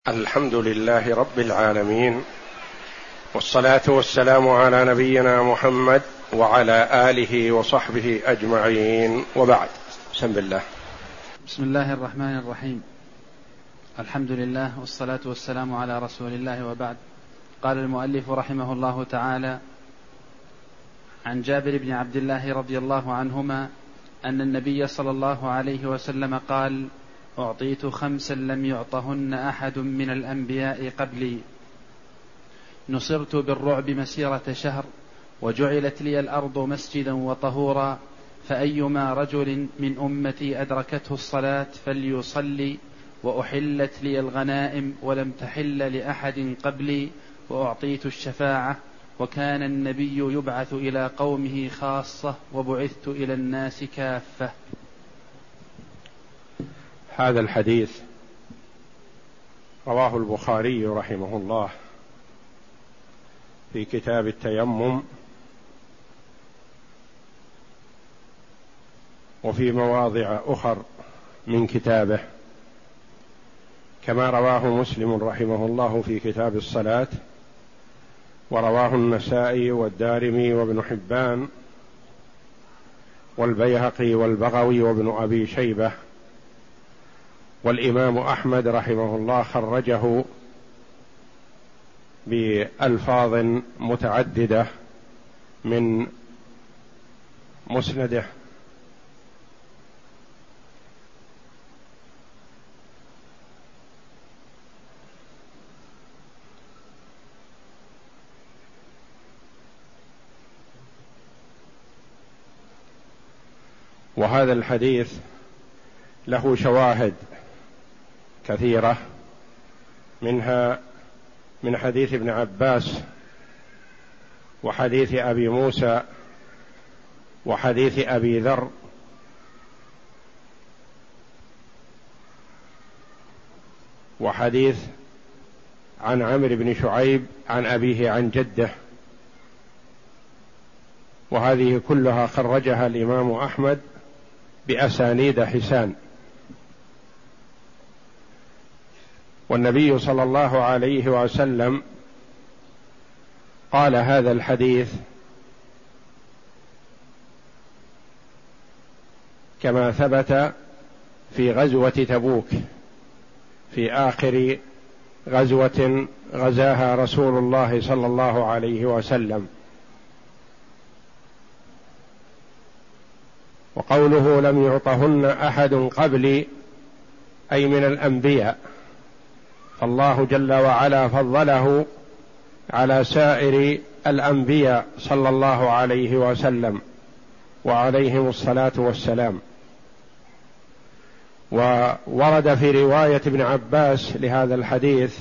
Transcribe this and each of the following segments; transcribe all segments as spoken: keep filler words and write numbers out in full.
الحمد لله رب العالمين، والصلاة والسلام على نبينا محمد وعلى آله وصحبه أجمعين، وبعد. بسم الله. بسم الله الرحمن الرحيم. الحمد لله والصلاة والسلام على رسول الله، وبعد. قال المؤلف رحمه الله تعالى: عن جابر بن عبد الله رضي الله عنهما أن النبي صلى الله عليه وسلم قال: أعطيت خمسا لم يعطهن أحد من الأنبياء قبلي، نصرت بالرعب مسيرة شهر، وجعلت لي الأرض مسجدا وطهورا، فأيما رجل من أمتي أدركته الصلاة فليصلي، وأحلت لي الغنائم ولم تحل لأحد قبلي، وأعطيت الشفاعة، وكان النبي يبعث إلى قومه خاصة، وبعثت إلى الناس كافة. هذا الحديث رواه البخاري رحمه الله في كتاب التيمم، وفي مواضع أخر من كتابه، كما رواه مسلم رحمه الله في كتاب الصلاة، ورواه النسائي والدارمي وابن حبان والبيهقي والبغوي وابن أبي شيبة، والإمام أحمد رحمه الله خرجه بألفاظ متعددة من مسنده. وهذا الحديث له شواهد كثيرة، منها من حديث ابن عباس، وحديث أبي موسى، وحديث أبي ذر، وحديث عن عمرو بن شعيب عن أبيه عن جده، وهذه كلها خرجها الإمام أحمد بأسانيد حسان. والنبي صلى الله عليه وسلم قال هذا الحديث كما ثبت في غزوة تبوك، في آخر غزوة غزاها رسول الله صلى الله عليه وسلم. وقوله لم يعطهن أحد قبلي أي من الأنبياء، فالله جل وعلا فضله على سائر الأنبياء صلى الله عليه وسلم وعليهم الصلاة والسلام. وورد في رواية ابن عباس لهذا الحديث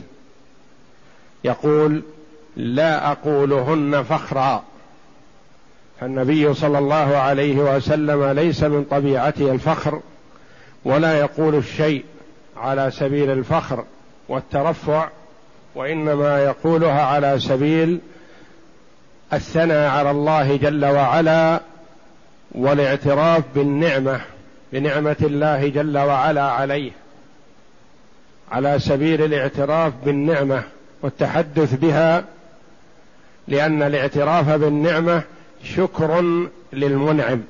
يقول: لا أقولهن فخرا، فالنبي صلى الله عليه وسلم ليس من طبيعته الفخر، ولا يقول الشيء على سبيل الفخر والترفع، وإنما يقولها على سبيل الثناء على الله جل وعلا، والاعتراف بالنعمة بنعمة الله جل وعلا عليه، على سبيل الاعتراف بالنعمة والتحدث بها، لأن الاعتراف بالنعمة شكر للمنعم.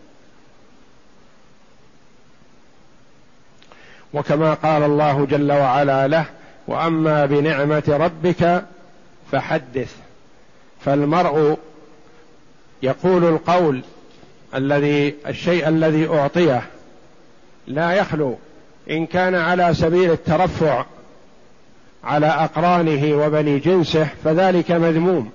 وكما قال الله جل وعلا له: وأما بنعمة ربك فحدث. فالمرء يقول القول الذي الشيء الذي أعطيه لا يخلو، إن كان على سبيل الترفع على أقرانه وبني جنسه فذلك مذموم،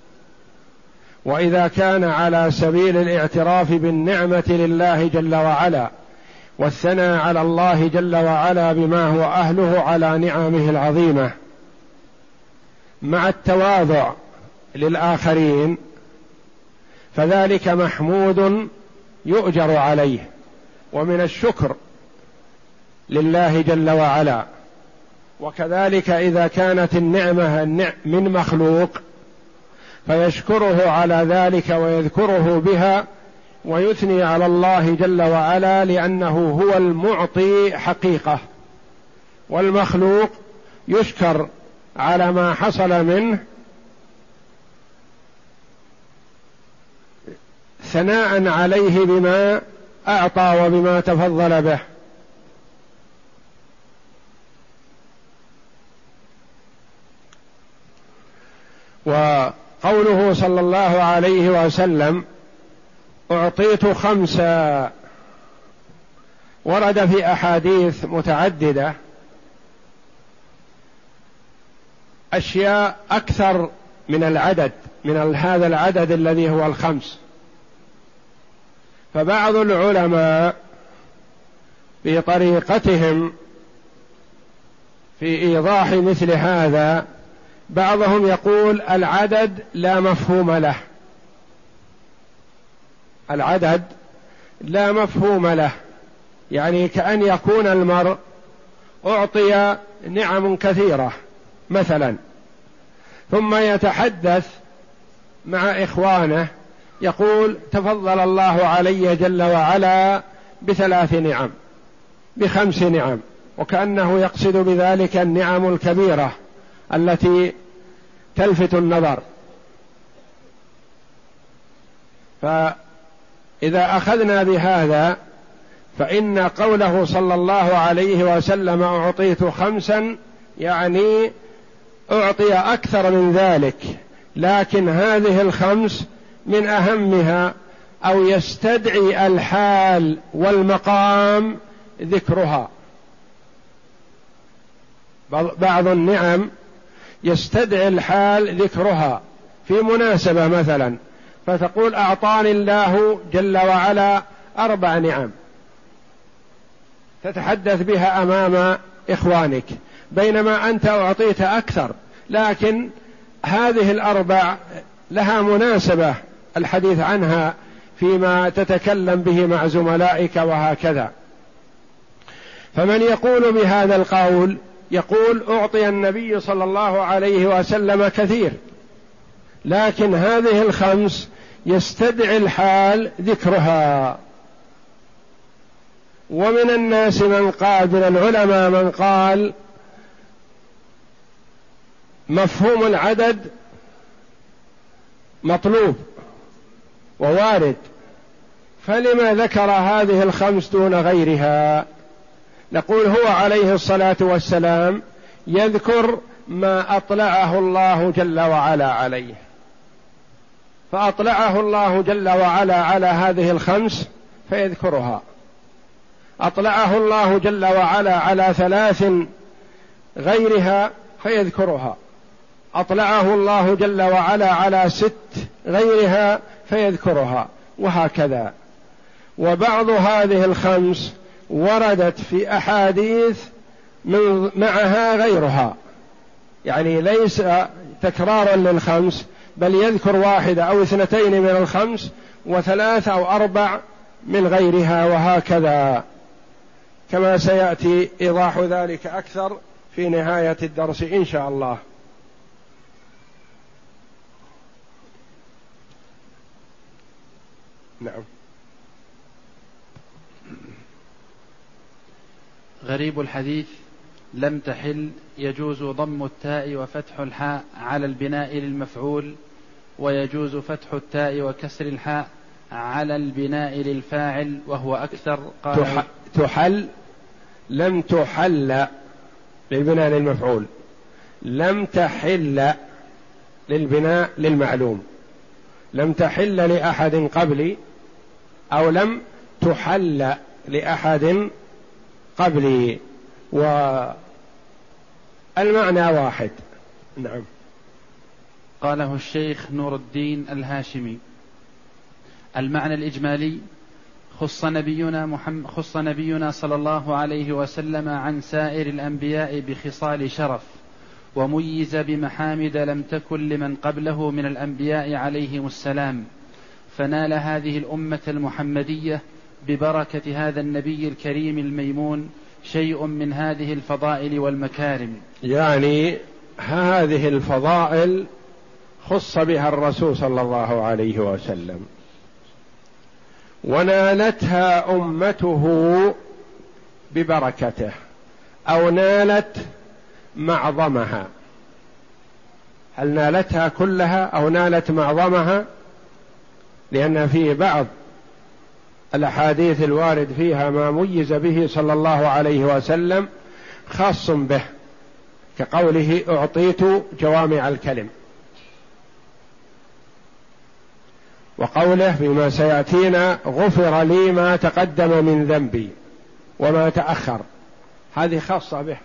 وإذا كان على سبيل الاعتراف بالنعمة لله جل وعلا والثناء على الله جل وعلا بما هو أهله على نعمه العظيمة، مع التواضع للآخرين، فذلك محمود يؤجر عليه، ومن الشكر لله جل وعلا. وكذلك إذا كانت النعمة من مخلوق فيشكره على ذلك ويذكره بها ويثني على الله جل وعلا، لأنه هو المعطي حقيقة، والمخلوق يشكر على ما حصل منه ثناء عليه بما أعطى وبما تفضل به. وقوله صلى الله عليه وسلم أعطيت خمسا ورد في أحاديث متعددة أشياء أكثر من العدد، من هذا العدد الذي هو الخمس. فبعض العلماء بطريقتهم في إيضاح مثل هذا، بعضهم يقول العدد لا مفهوم له، العدد لا مفهوم له، يعني كأن يكون المرء أعطي نعم كثيرة مثلا، ثم يتحدث مع إخوانه يقول تفضل الله علي جل وعلا بثلاث نعم، بخمس نعم، وكأنه يقصد بذلك النعم الكبيرة التي تلفت النظر. فإذا أخذنا بهذا فإن قوله صلى الله عليه وسلم أعطيت خمسا يعني أعطي أكثر من ذلك، لكن هذه الخمس من أهمها أو يستدعي الحال والمقام ذكرها. بعض النعم يستدعي الحال ذكرها في مناسبة مثلا، فتقول أعطاني الله جل وعلا أربع نعم، تتحدث بها أمام إخوانك، بينما أنت أعطيت أكثر، لكن هذه الأربع لها مناسبة الحديث عنها فيما تتكلم به مع زملائك وهكذا. فمن يقول بهذا القول يقول أعطي النبي صلى الله عليه وسلم كثير، لكن هذه الخمس يستدعي الحال ذكرها. ومن الناس من قال، من العلماء من قال مفهوم العدد مطلوب ووارد، فلما ذكر هذه الخمس دون غيرها؟ نقول هو عليه الصلاة والسلام يذكر ما أطلعه الله جل وعلا عليه، فأطلعه الله جل وعلا على هذه الخمس فيذكرها، أطلعه الله جل وعلا على ثلاث غيرها فيذكرها، أطلعه الله جل وعلا على ست غيرها فيذكرها، وهكذا. وبعض هذه الخمس وردت في أحاديث من معها غيرها، يعني ليس تكرارا للخمس، بل يذكر واحدة أو اثنتين من الخمس وثلاث أو أربع من غيرها، وهكذا، كما سيأتي إيضاح ذلك أكثر في نهاية الدرس إن شاء الله. نعم. غريب الحديث لم تحل يجوز ضم التاء وفتح الحاء على البناء للمفعول، ويجوز فتح التاء وكسر الحاء على البناء للفاعل وهو أكثر. قال تحل لم تحل للبناء للمفعول، لم تحل للبناء للمعلوم، لم تحل لأحد قبلي أو لم تحل لأحد قبلي، والمعنى واحد. نعم. قاله الشيخ نور الدين الهاشمي. المعنى الإجمالي: خص نبينا محمد خص نبينا صلى الله عليه وسلم عن سائر الأنبياء بخصال شرف، وميز بمحامد لم تكن لمن قبله من الأنبياء عليهم السلام، فنال هذه الأمة المحمدية ببركة هذا النبي الكريم الميمون شيء من هذه الفضائل والمكارم. يعني هذه الفضائل خص بها الرسول صلى الله عليه وسلم، ونالتها أمته ببركته، أو نالت معظمها، هل نالتها كلها أو نالت معظمها؟ لأن في بعض الأحاديث الوارد فيها ما ميز به صلى الله عليه وسلم خاص به، كقوله أعطيت جوامع الكلم، وقوله فيما سيأتينا غفر لي ما تقدم من ذنبي وما تأخر، هذه خاصة به.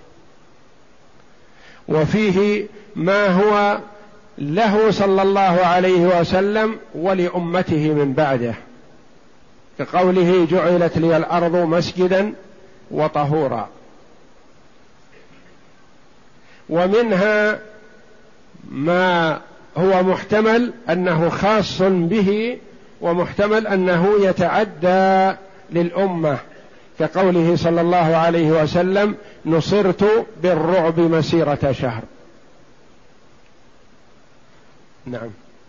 وفيه ما هو له صلى الله عليه وسلم ولأمته من بعده، كقوله جعلت لي الأرض مسجدا وطهورا. ومنها ما هو محتمل أنه خاص به، ومحتمل أنه يتعدى للأمة، كقوله صلى الله عليه وسلم نصرت بالرعب مسيرة شهر. نعم.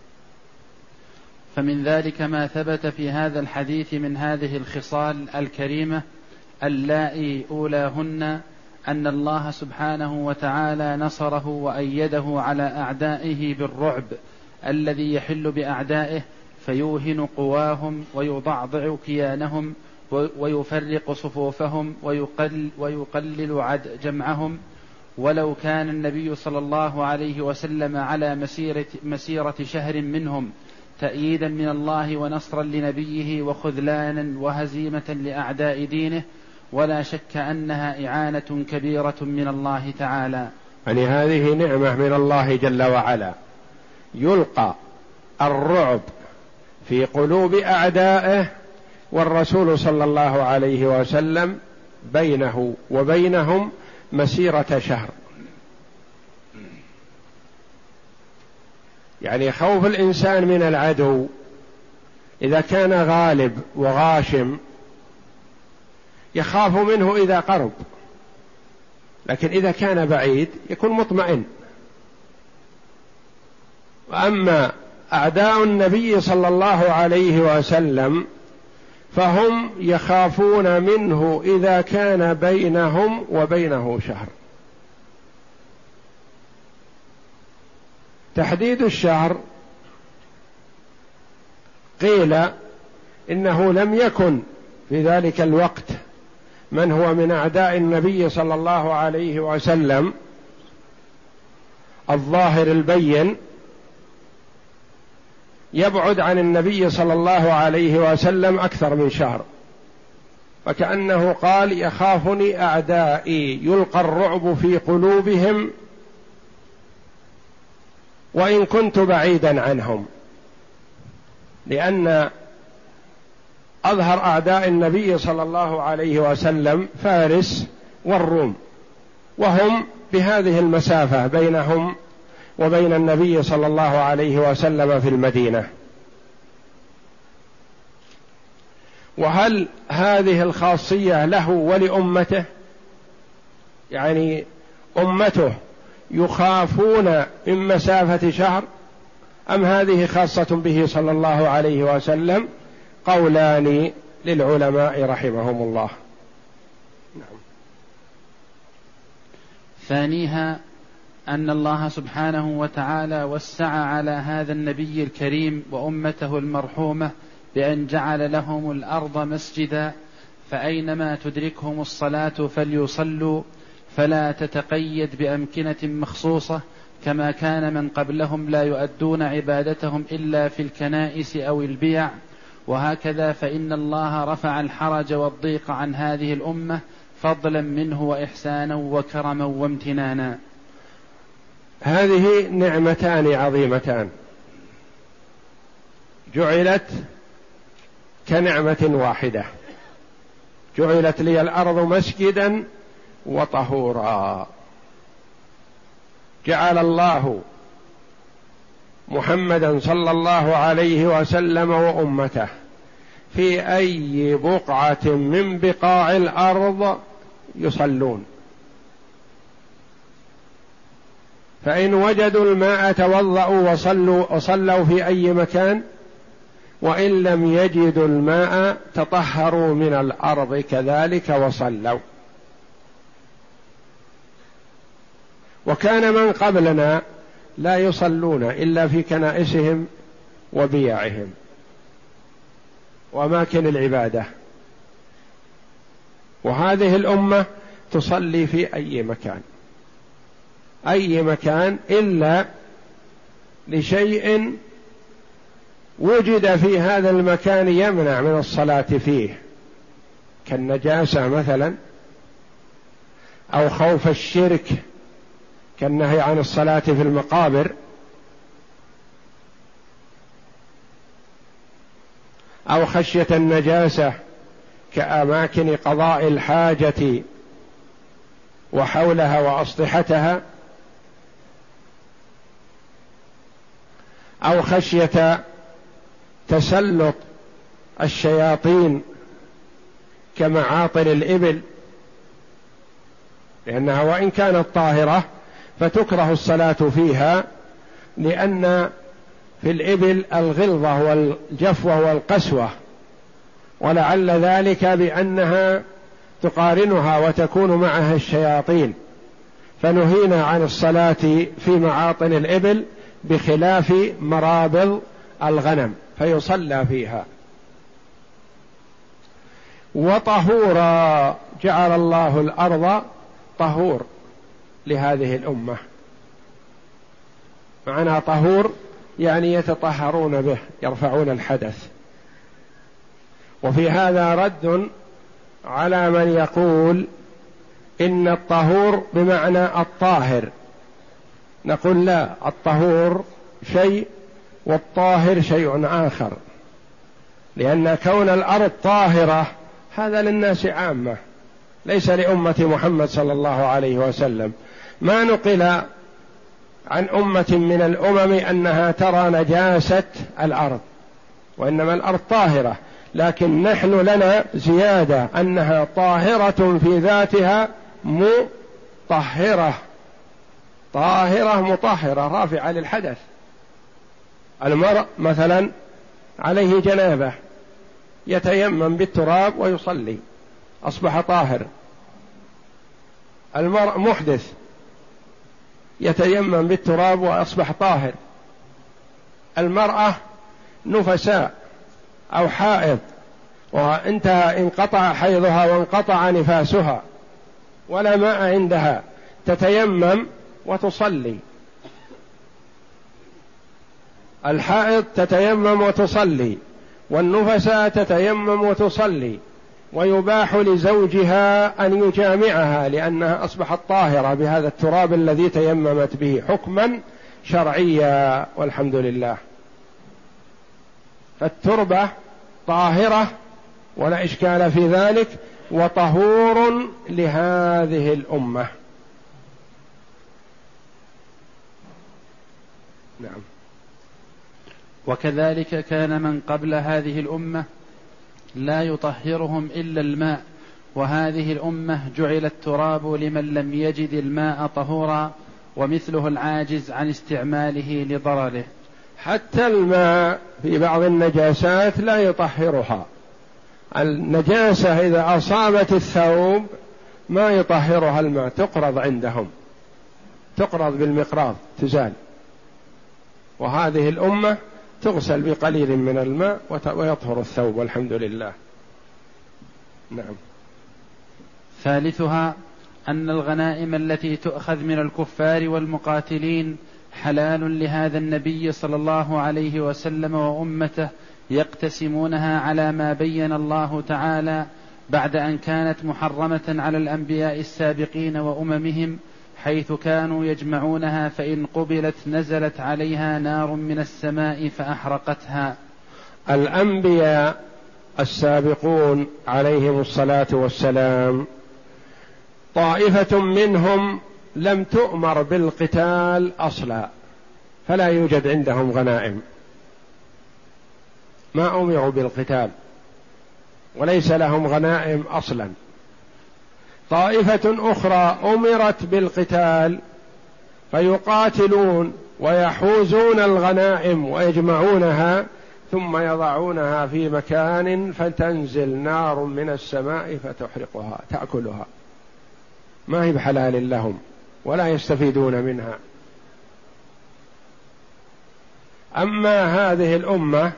فمن ذلك ما ثبت في هذا الحديث من هذه الخصال الكريمة اللائي أولاهن أن الله سبحانه وتعالى نصره وأيده على أعدائه بالرعب الذي يحل بأعدائه فيوهن قواهم ويضعضع كيانهم ويفرق صفوفهم ويقل ويقلل عد جمعهم. ولو كان النبي صلى الله عليه وسلم على مسيرة, مسيرة شهر منهم تأييدا من الله ونصرا لنبيه وخذلانا وهزيمة لأعداء دينه، ولا شك أنها إعانة كبيرة من الله تعالى. يعني هذه نعمة من الله جل وعلا، يلقى الرعب في قلوب أعدائه، والرسول صلى الله عليه وسلم بينه وبينهم مسيرة شهر. يعني خوف الإنسان من العدو إذا كان غالب وغاشم يخاف منه إذا قرب، لكن إذا كان بعيد يكون مطمئن. وأما أعداء النبي صلى الله عليه وسلم فهم يخافون منه إذا كان بينهم وبينه شهر. تحديد الشهر قيل إنه لم يكن في ذلك الوقت من هو من أعداء النبي صلى الله عليه وسلم الظاهر البين يبعد عن النبي صلى الله عليه وسلم أكثر من شهر، فكأنه قال يخافني أعدائي، يلقى الرعب في قلوبهم وإن كنت بعيدا عنهم، لأن أظهر أعداء النبي صلى الله عليه وسلم فارس والروم، وهم بهذه المسافة بينهم وبين النبي صلى الله عليه وسلم في المدينة. وهل هذه الخاصية له ولأمته؟ يعني أمته يخافون من مسافة شهر، أم هذه خاصة به صلى الله عليه وسلم؟ قولان للعلماء رحمهم الله. نعم. ثانيها أن الله سبحانه وتعالى وسع على هذا النبي الكريم وأمته المرحومة بأن جعل لهم الأرض مسجدا، فأينما تدركهم الصلاة فليصلوا، فلا تتقيد بأمكنة مخصوصة كما كان من قبلهم لا يؤدون عبادتهم إلا في الكنائس أو البيع. وهكذا فإن الله رفع الحرج والضيق عن هذه الأمة فضلا منه وإحسانا وكرما وامتنانا. هذه نعمتان عظيمتان جعلت كنعمة واحدة، جعلت لي الأرض مسجدا وطهورا. جعل الله محمدا صلى الله عليه وسلم وأمته في أي بقعة من بقاع الأرض يصلون، فإن وجدوا الماء توضأوا وصلوا وصلوا في أي مكان، وإن لم يجدوا الماء تطهروا من الأرض كذلك وصلوا. وكان من قبلنا لا يصلون إلا في كنائسهم وبيعهم وأماكن العبادة، وهذه الأمة تصلي في أي مكان أي مكان إلا لشيء وجد في هذا المكان يمنع من الصلاة فيه، كالنجاسة مثلا، أو خوف الشرك كالنهي عن الصلاة في المقابر، أو خشية النجاسة كأماكن قضاء الحاجة وحولها وأسطحتها، أو خشية تسلط الشياطين كمعاطل الإبل، لأنها وإن كانت طاهرة فتكره الصلاة فيها، لأن في الإبل الغلظة والجفوة والقسوة، ولعل ذلك بأنها تقارنها وتكون معها الشياطين، فنهينا عن الصلاة في معاطن الإبل بخلاف مرابض الغنم فيصلى فيها. وطهورا، جعل الله الأرض طهور لهذه الأمة، معنى طهور يعني يتطهرون به، يرفعون الحدث. وفي هذا رد على من يقول إن الطهور بمعنى الطاهر، نقول لا، الطهور شيء والطاهر شيء آخر، لأن كون الأرض طاهرة هذا للناس عامة، ليس لأمة محمد صلى الله عليه وسلم. ما نقل عن أمة من الأمم أنها ترى نجاسة الأرض، وإنما الأرض طاهرة، لكن نحن لنا زيادة أنها طاهرة في ذاتها مطهرة، طاهرة مطهرة رافعة للحدث. المرء مثلا عليه جنابة يتيمم بالتراب ويصلي أصبح طاهر. المرء محدث يتيمم بالتراب وأصبح طاهر. المرأة نفساء أو حائض وانتهى انقطع حيضها وانقطع نفاسها ولا ماء عندها تتيمم وتصلي. الحائض تتيمم وتصلي، والنفساء تتيمم وتصلي، ويباح لزوجها أن يجامعها لأنها أصبحت طاهرة بهذا التراب الذي تيممت به حكما شرعيا، والحمد لله. فالتربة طاهرة ولا إشكال في ذلك، وطهور لهذه الأمة. نعم. وكذلك كان من قبل هذه الأمة لا يطهرهم إلا الماء، وهذه الأمة جعل التراب لمن لم يجد الماء طهورا، ومثله العاجز عن استعماله لضرره. حتى الماء في بعض النجاسات لا يطهرها. النجاسة إذا أصابت الثوب ما يطهرها الماء، تقرض عندهم، تقرض بالمقراض تزال. وهذه الأمة تغسل بقليل من الماء ويطهر الثوب والحمد لله. نعم. ثالثها أن الغنائم التي تؤخذ من الكفار والمقاتلين حلال لهذا النبي صلى الله عليه وسلم وأمته، يقتسمونها على ما بين الله تعالى بعد أن كانت محرمة على الأنبياء السابقين وأممهم، حيث كانوا يجمعونها، فإن قبلت نزلت عليها نار من السماء فأحرقتها. الأنبياء السابقون عليهم الصلاة والسلام طائفة منهم لم تؤمر بالقتال أصلا، فلا يوجد عندهم غنائم، ما أمروا بالقتال وليس لهم غنائم أصلا. طائفة أخرى أمرت بالقتال فيقاتلون ويحوزون الغنائم ويجمعونها ثم يضعونها في مكان فتنزل نار من السماء فتحرقها تأكلها، ما هي بحلال لهم ولا يستفيدون منها. أما هذه الأمة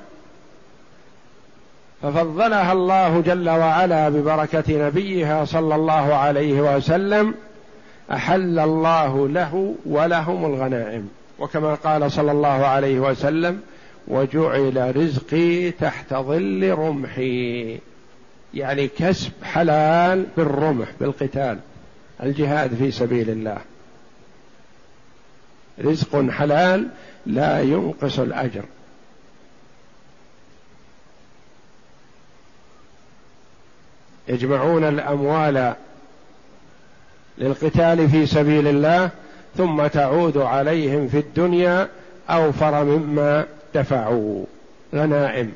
ففضلها الله جل وعلا ببركة نبيها صلى الله عليه وسلم، أحل الله له ولهم الغنائم، وكما قال صلى الله عليه وسلم: وجعل رزقي تحت ظل رمحي، يعني كسب حلال بالرمح، بالقتال، الجهاد في سبيل الله، رزق حلال لا ينقص الأجر. يجمعون الأموال للقتال في سبيل الله ثم تعود عليهم في الدنيا أوفر مما دفعوا، غنائم،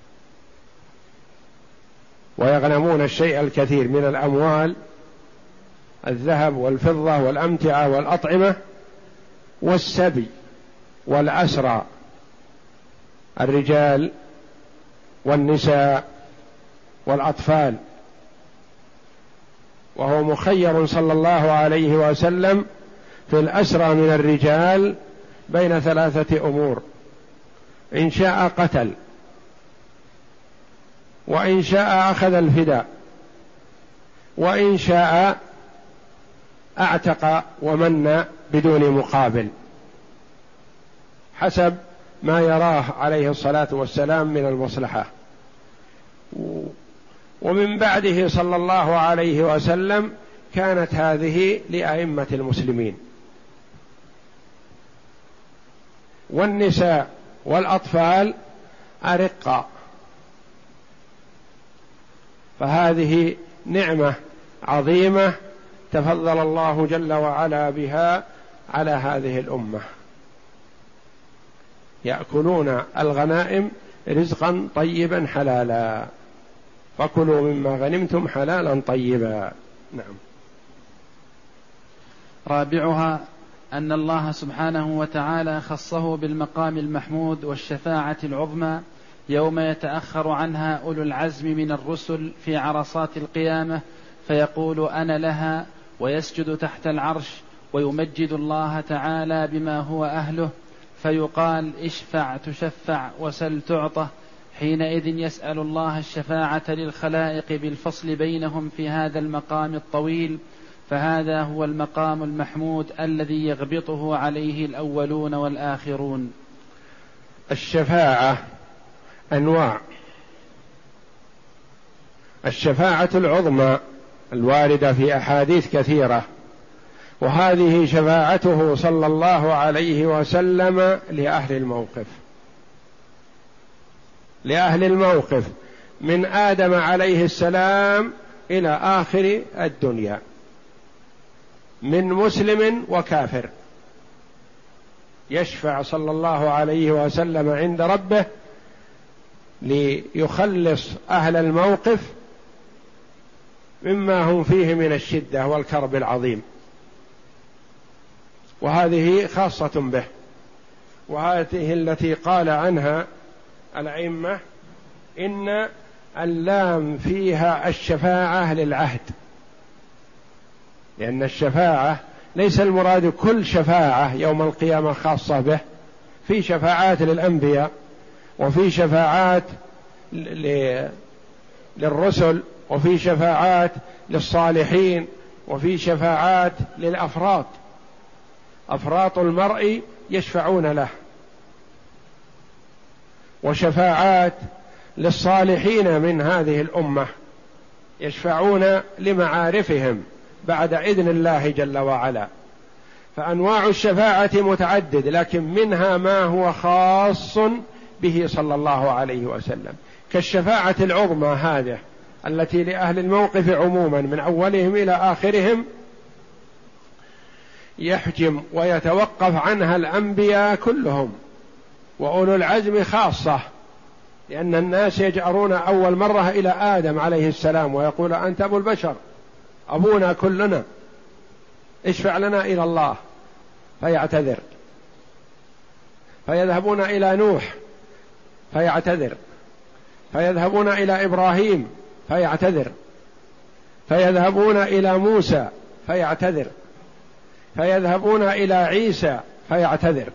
ويغنمون الشيء الكثير من الأموال، الذهب والفضة والأمتعة والأطعمة والسبي والأسرى، الرجال والنساء والأطفال. وهو مخير صلى الله عليه وسلم في الأسرى من الرجال بين ثلاثة أمور: إن شاء قتل، وإن شاء أخذ الفداء، وإن شاء أعتق ومن بدون مقابل، حسب ما يراه عليه الصلاة والسلام من المصلحة. ومن بعده صلى الله عليه وسلم كانت هذه لأئمة المسلمين، والنساء والأطفال أرقا، فهذه نعمة عظيمة تفضل الله جل وعلا بها على هذه الأمة. يأكلون الغنائم رزقا طيبا حلالا، فكلوا مما غنمتم حلالا طيبا. نعم. رابعها أن الله سبحانه وتعالى خصه بالمقام المحمود والشفاعة العظمى يوم يتأخر عنها أولو العزم من الرسل في عرصات القيامة، فيقول أنا لها، ويسجد تحت العرش ويمجد الله تعالى بما هو أهله، فيقال اشفع تشفع وسل تعطى. حينئذ يسأل الله الشفاعة للخلائق بالفصل بينهم في هذا المقام الطويل، فهذا هو المقام المحمود الذي يغبطه عليه الأولون والآخرون. الشفاعة أنواع: الشفاعة العظمى الواردة في أحاديث كثيرة، وهذه شفاعته صلى الله عليه وسلم لأهل الموقف، لأهل الموقف من آدم عليه السلام إلى آخر الدنيا، من مسلم وكافر، يشفع صلى الله عليه وسلم عند ربه ليخلص أهل الموقف مما هم فيه من الشدة والكرب العظيم، وهذه خاصة به. وهذه التي قال عنها الأئمة إن اللام فيها الشفاعة للعهد، لأن الشفاعة ليس المراد كل شفاعة يوم القيامة خاصة به، في شفاعات للأنبياء، وفي شفاعات للرسل، وفي شفاعات للصالحين، وفي شفاعات للأفراط، أفراط المرء يشفعون له، وشفاعات للصالحين من هذه الأمة يشفعون لمعارفهم بعد إذن الله جل وعلا. فأنواع الشفاعة متعدد، لكن منها ما هو خاص به صلى الله عليه وسلم، كالشفاعة العظمى هذه التي لأهل الموقف عموما من أولهم إلى آخرهم، يحجم ويتوقف عنها الأنبياء كلهم، وأولو العزم خاصة، لأن الناس يجأرون أول مرة إلى آدم عليه السلام ويقول أنت أبو البشر، أبونا كلنا، اشفع لنا إلى الله، فيعتذر، فيذهبون إلى نوح فيعتذر، فيذهبون إلى إبراهيم فيعتذر، فيذهبون إلى موسى فيعتذر، فيذهبون إلى عيسى فيعتذر.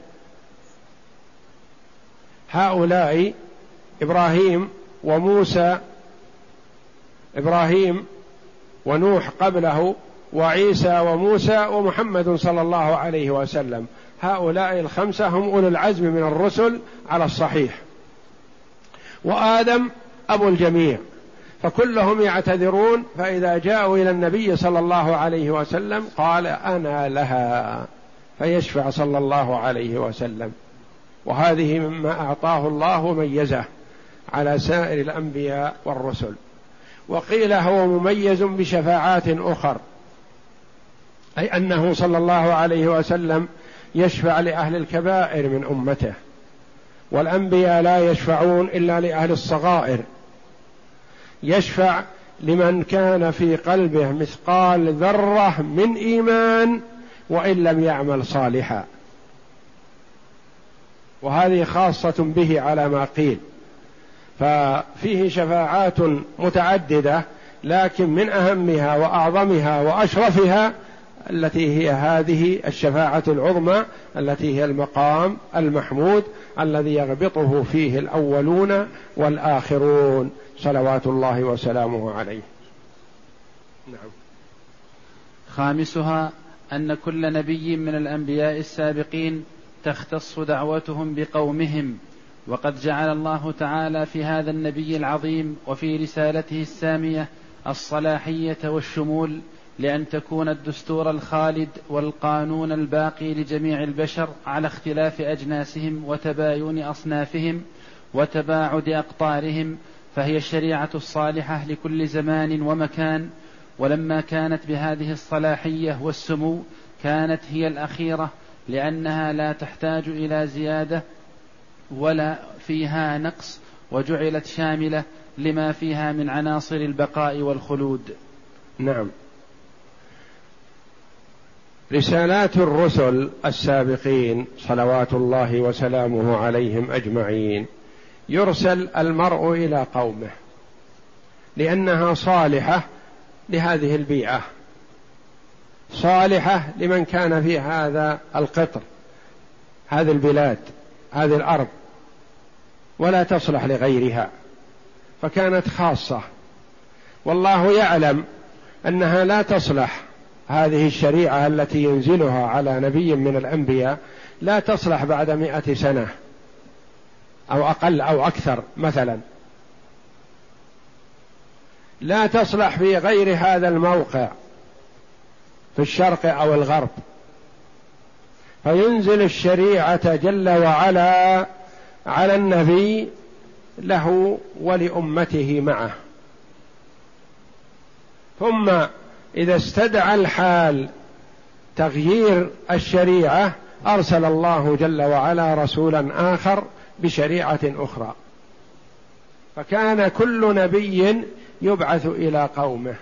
هؤلاء إبراهيم وموسى، إبراهيم ونوح قبله وعيسى وموسى ومحمد صلى الله عليه وسلم، هؤلاء الخمسة هم أولو العزم من الرسل على الصحيح، وآدم أبو الجميع، فكلهم يعتذرون. فإذا جاءوا إلى النبي صلى الله عليه وسلم قال أنا لها، فيشفع صلى الله عليه وسلم. وهذه مما أعطاه الله وميزه على سائر الأنبياء والرسل. وقيل هو مميز بشفاعات أخر، أي أنه صلى الله عليه وسلم يشفع لأهل الكبائر من أمته، والأنبياء لا يشفعون إلا لأهل الصغائر. يشفع لمن كان في قلبه مثقال ذرة من إيمان وإن لم يعمل صالحا، وهذه خاصة به على ما قيل. ففيه شفاعات متعددة، لكن من أهمها وأعظمها وأشرفها التي هي هذه الشفاعة العظمى، التي هي المقام المحمود الذي يغبطه فيه الأولون والآخرون صلوات الله وسلامه عليه. نعم. خامسها أن كل نبي من الأنبياء السابقين تختص دعوتهم بقومهم، وقد جعل الله تعالى في هذا النبي العظيم وفي رسالته السامية الصلاحية والشمول، لأن تكون الدستور الخالد والقانون الباقي لجميع البشر على اختلاف أجناسهم وتباين أصنافهم وتباعد أقطارهم، فهي الشريعة الصالحة لكل زمان ومكان. ولما كانت بهذه الصلاحية والسمو كانت هي الأخيرة، لأنها لا تحتاج إلى زيادة ولا فيها نقص، وجعلت شاملة لما فيها من عناصر البقاء والخلود. نعم. رسالات الرسل السابقين صلوات الله وسلامه عليهم أجمعين، يرسل المرء إلى قومه لأنها صالحة لهذه البيئة، صالحة لمن كان في هذا القطر، هذه البلاد، هذه الأرض، ولا تصلح لغيرها، فكانت خاصة. والله يعلم أنها لا تصلح، هذه الشريعة التي ينزلها على نبي من الأنبياء لا تصلح بعد مئة سنة أو أقل أو أكثر مثلا، لا تصلح في غير هذا الموقع في الشرق أو الغرب، فينزل الشريعة جل وعلا على النبي له ولأمته معه. ثم إذا استدعى الحال تغيير الشريعة أرسل الله جل وعلا رسولا آخر بشريعة أخرى، فكان كل نبي يبعث إلى قومه.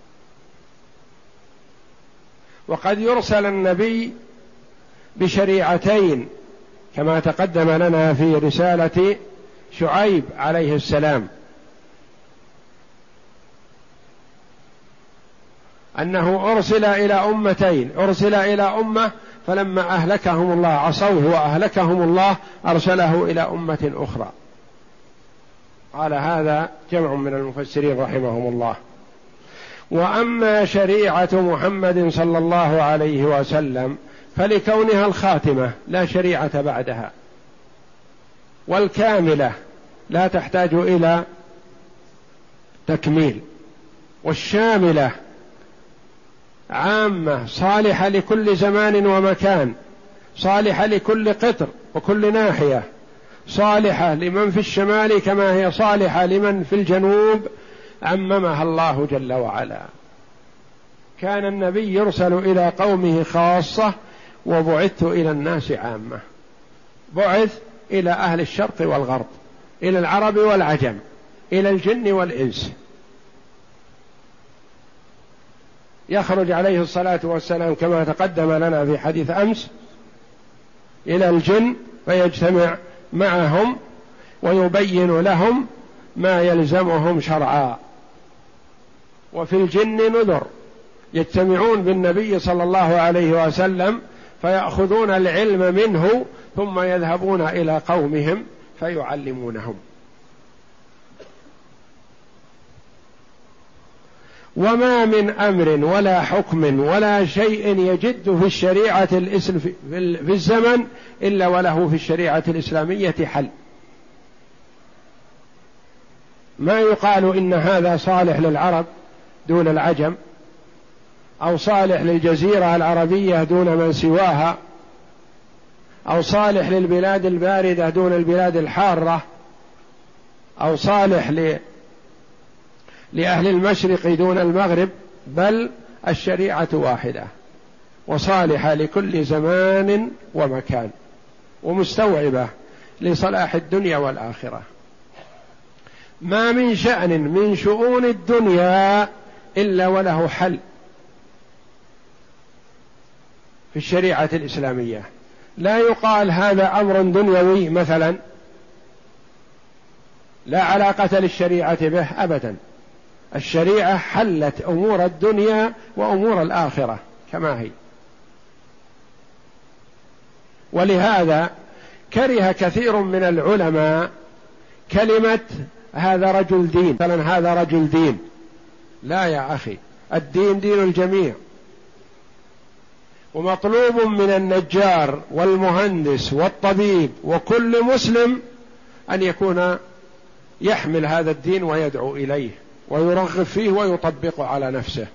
وقد يرسل النبي بشريعتين كما تقدم لنا في رسالة شعيب عليه السلام، أنه أرسل إلى أمتين، أرسل إلى أمة فلما أهلكهم الله عصوه وأهلكهم الله أرسله إلى أمة أخرى. قال هذا جمع من المفسرين رحمهم الله. وأما شريعة محمد صلى الله عليه وسلم فلكونها الخاتمة لا شريعة بعدها، والكاملة لا تحتاج إلى تكميل، والشاملة عامة صالحة لكل زمان ومكان، صالحة لكل قطر وكل ناحية، صالحة لمن في الشمال كما هي صالحة لمن في الجنوب، عممها الله جل وعلا. كان النبي يرسل إلى قومه خاصة، وبعثت إلى الناس عامة، بعث إلى أهل الشرق والغرب، إلى العرب والعجم، إلى الجن والإنس. يخرج عليه الصلاة والسلام كما تقدم لنا في حديث أمس إلى الجن فيجتمع معهم ويبين لهم ما يلزمهم شرعا. وفي الجن نذر، يجتمعون بالنبي صلى الله عليه وسلم فيأخذون العلم منه ثم يذهبون إلى قومهم فيعلمونهم. وما من أمر ولا حكم ولا شيء يجد في الشريعة الإسلام في الزمن إلا وله في الشريعة الإسلامية حل. ما يقال إن هذا صالح للعرب دون العجم، أو صالح للجزيرة العربية دون من سواها، أو صالح للبلاد الباردة دون البلاد الحارة، أو صالح ل... لأهل المشرق دون المغرب، بل الشريعة واحدة وصالحة لكل زمان ومكان ومستوعبة لصلاح الدنيا والآخرة. ما من شأن من شؤون الدنيا إلا وله حل في الشريعة الإسلامية. لا يقال هذا أمر دنيوي مثلا لا علاقة للشريعة به أبدا، الشريعة حلت أمور الدنيا وأمور الآخرة كما هي. ولهذا كره كثير من العلماء كلمة هذا رجل دين، مثلا هذا رجل دين. لا يا أخي، الدين دين الجميع، ومطلوب من النجار والمهندس والطبيب وكل مسلم أن يكون يحمل هذا الدين ويدعو إليه ويرغب فيه ويطبقه على نفسه.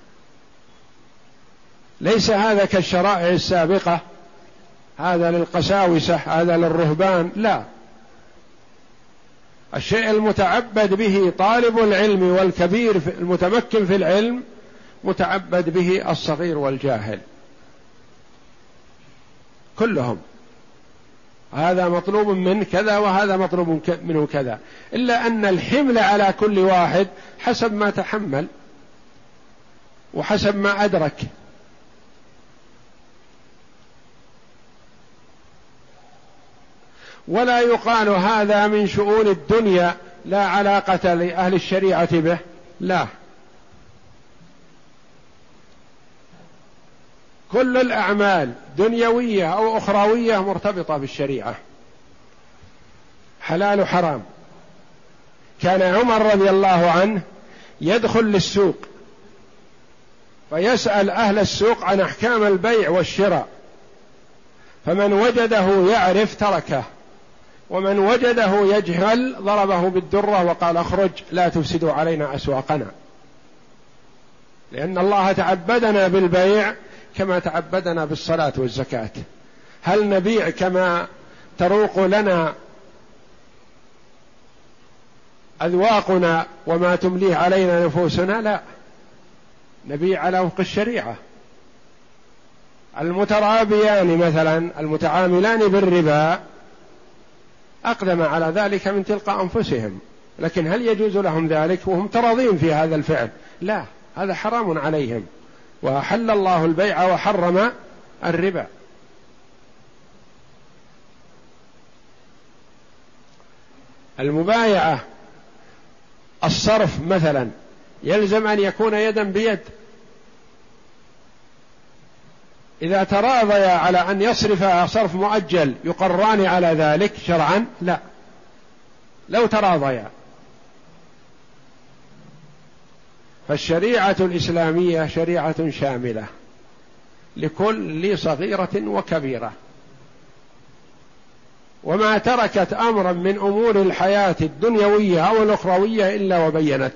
ليس هذا كالشرائع السابقة، هذا للقساوسة هذا للرهبان، لا، الشيء المتعبد به طالب العلم والكبير المتمكن في العلم متعبد به الصغير والجاهل كلهم، هذا مطلوب من كذا وهذا مطلوب منه كذا، إلا أن الحمل على كل واحد حسب ما تحمل وحسب ما أدرك. ولا يقال هذا من شؤون الدنيا لا علاقة لأهل الشريعة به، لا، كل الأعمال دنيوية أو أخروية مرتبطة بالشريعة، حلال حرام. كان عمر رضي الله عنه يدخل للسوق فيسأل أهل السوق عن أحكام البيع والشراء، فمن وجده يعرف تركه، ومن وجده يجهل ضربه بالدرة وقال اخرج لا تفسدوا علينا أسواقنا، لأن الله تعبدنا بالبيع كما تعبدنا بالصلاة والزكاة. هل نبيع كما تروق لنا أذواقنا وما تمليه علينا نفوسنا؟ لا، نبيع على وفق الشريعة. المترابيان مثلا المتعاملان بالربا أقدم على ذلك من تلقاء أنفسهم، لكن هل يجوز لهم ذلك وهم تراضين في هذا الفعل؟ لا، هذا حرام عليهم، وأحل الله البيع وحرم الربا. المبايعة الصرف مثلا يلزم أن يكون يدا بيد، إذا تراضيا على أن يصرف صرف مؤجل يقران على ذلك شرعا؟ لا، لو تراضيا. فالشريعة الإسلامية شريعة شاملة لكل صغيرة وكبيرة، وما تركت أمرا من أمور الحياة الدنيوية أو الأخروية إلا وبينت،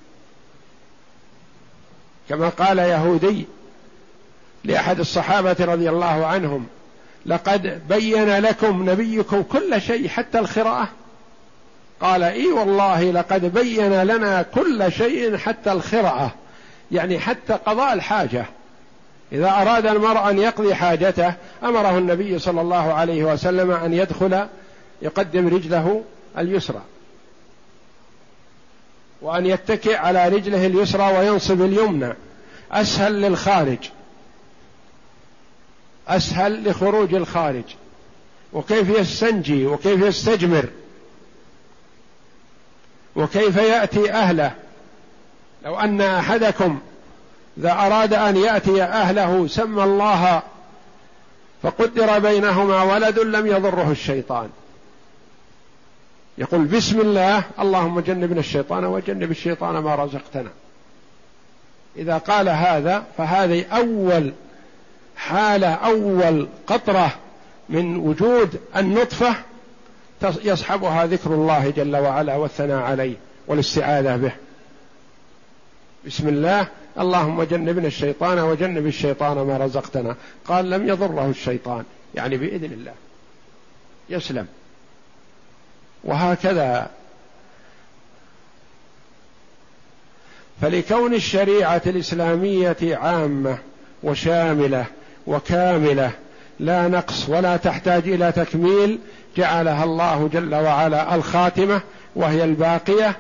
كما قال يهودي لأحد الصحابة رضي الله عنهم لقد بين لكم نبيكم كل شيء حتى الخراءة. قال إي والله لقد بين لنا كل شيء حتى الخراءة، يعني حتى قضاء الحاجة. إذا أراد المرء أن يقضي حاجته أمره النبي صلى الله عليه وسلم أن يدخل يقدم رجله اليسرى وأن يتكئ على رجله اليسرى وينصب اليمنى، أسهل للخارج، أسهل لخروج الخارج، وكيف يستنجي وكيف يستجمر وكيف يأتي أهله. لو أن أحدكم إذا أراد أن يأتي أهله سمى الله فقدر بينهما ولد لم يضره الشيطان، يقول بسم الله اللهم جنبنا الشيطان وجنب الشيطان ما رزقتنا. إذا قال هذا فهذه أول حالة، أول قطرة من وجود النطفة يصحبها ذكر الله جل وعلا والثناء عليه والاستعاذة به. بسم الله اللهم جنبنا الشيطان وجنب الشيطان ما رزقتنا، قال لم يضره الشيطان، يعني بإذن الله يسلم. وهكذا فلكون الشريعة الإسلامية عامة وشاملة وكاملة لا نقص ولا تحتاج إلى تكميل، جعلها الله جل وعلا الخاتمة وهي الباقية،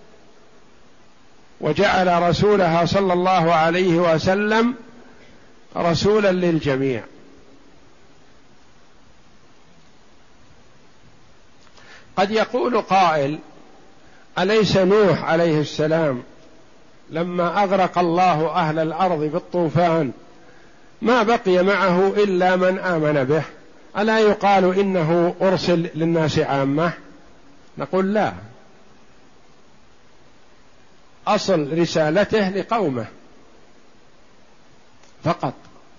وجعل رسولها صلى الله عليه وسلم رسولا للجميع. قد يقول قائل أليس نوح عليه السلام لما أغرق الله أهل الأرض بالطوفان ما بقي معه إلا من آمن به، ألا يقال إنه أرسل للناس عامة؟ نقول لا، أصل رسالته لقومه فقط،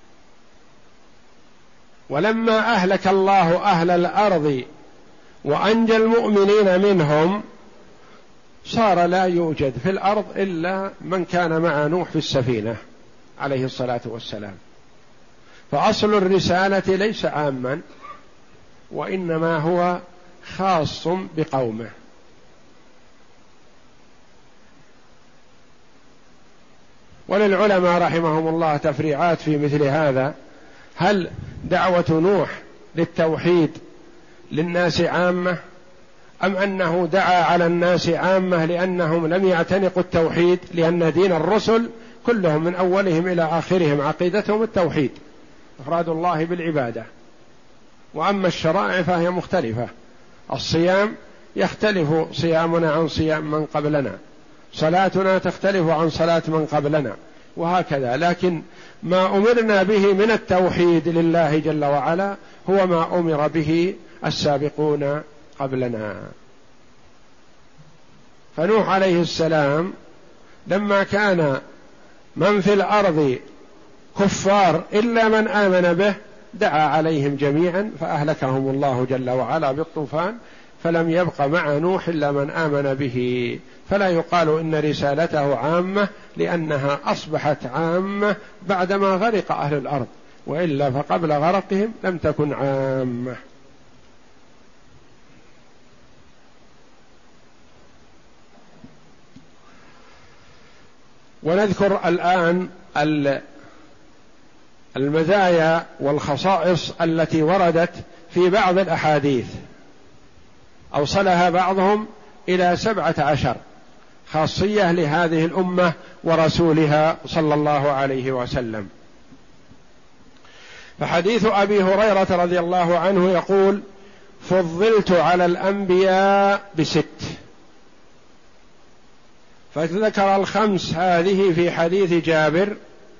ولما أهلك الله أهل الأرض وأنجى المؤمنين منهم صار لا يوجد في الأرض إلا من كان مع نوح في السفينة عليه الصلاة والسلام. فأصل الرسالة ليس عاما، وإنما هو خاص بقومه. وللعلماء رحمهم الله تفريعات في مثل هذا، هل دعوة نوح للتوحيد للناس عامة، أم أنه دعا على الناس عامة لأنهم لم يعتنقوا التوحيد؟ لأن دين الرسل كلهم من أولهم إلى آخرهم عقيدتهم التوحيد، إفراد الله بالعبادة. وأما الشرائع فهي مختلفة، الصيام يختلف صيامنا عن صيام من قبلنا، صلاتنا تختلف عن صلاة من قبلنا، وهكذا. لكن ما أمرنا به من التوحيد لله جل وعلا هو ما أمر به السابقون قبلنا. فنوح عليه السلام لما كان من في الأرض كفار إلا من آمن به دعا عليهم جميعا فأهلكهم الله جل وعلا بالطوفان، فلم يبق مع نوح إلا من آمن به. فلا يقال إن رسالته عامة لأنها أصبحت عامة بعدما غرق أهل الأرض، وإلا فقبل غرقهم لم تكن عامة. ونذكر الآن المزايا والخصائص التي وردت في بعض الأحاديث، أوصلها بعضهم إلى سبعة عشر خاصية لهذه الأمة ورسولها صلى الله عليه وسلم. فحديث أبي هريرة رضي الله عنه يقول: فضلت على الأنبياء بست، فذكر الخمس هذه في حديث جابر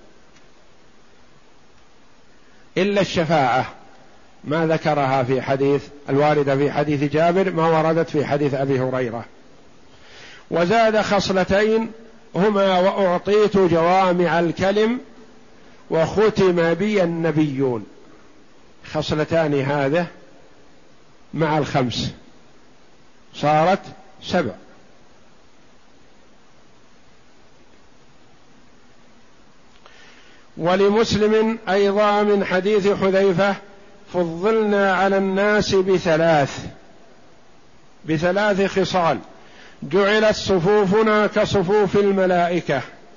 إلا الشفاعة، ما ذكرها في حديث الواردة في حديث جابر، ما وردت في حديث أبي هريرة. وزاد خصلتين هما: وأعطيت جوامع الكلم وختم بي النبيون. خصلتان هذا مع الخمس صارت سبع. ولمسلم أيضا من حديث حذيفة: فضلنا على الناس بثلاث بثلاث خصال، جعلت صفوفنا كصفوف الملائكة.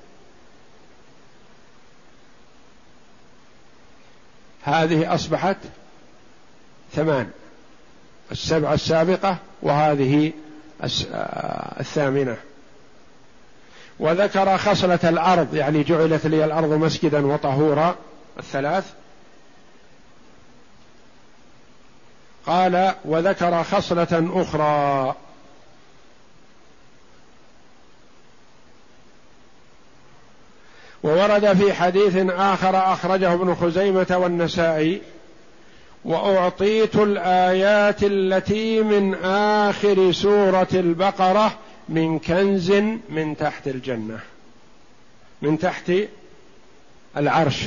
هذه أصبحت ثمان، السبعة السابقة وهذه الثامنة. وذكر خصلة الأرض، يعني جعلت لي الأرض مسجدا وطهورا، الثلاث. قال: وذكر خصلة أخرى وورد في حديث آخر أخرجه ابن خزيمة والنسائي: وأعطيت الآيات التي من آخر سورة البقرة من كنز من تحت الجنة، من تحت العرش،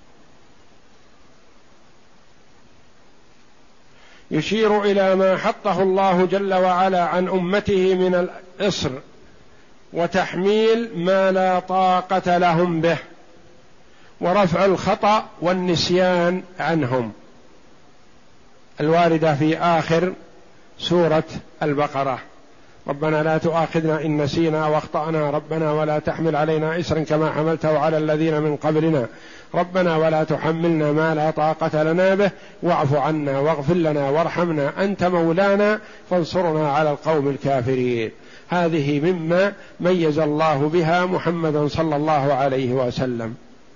يشير إلى ما حطه الله جل وعلا عن أمته من الإصر وتحميل ما لا طاقة لهم به، ورفع الخطأ والنسيان عنهم، الواردة في آخر سورة البقرة: ربنا لا تؤاخذنا إن نسينا واخطأنا، ربنا ولا تحمل علينا إصرا كما حملته على الذين من قبلنا، ربنا ولا تحملنا ما لا طاقة لنا به، واعف عنا واغفر لنا وارحمنا أنت مولانا فانصرنا على القوم الكافرين. هذه مما ميز الله بها محمدا صلى الله عليه وسلم.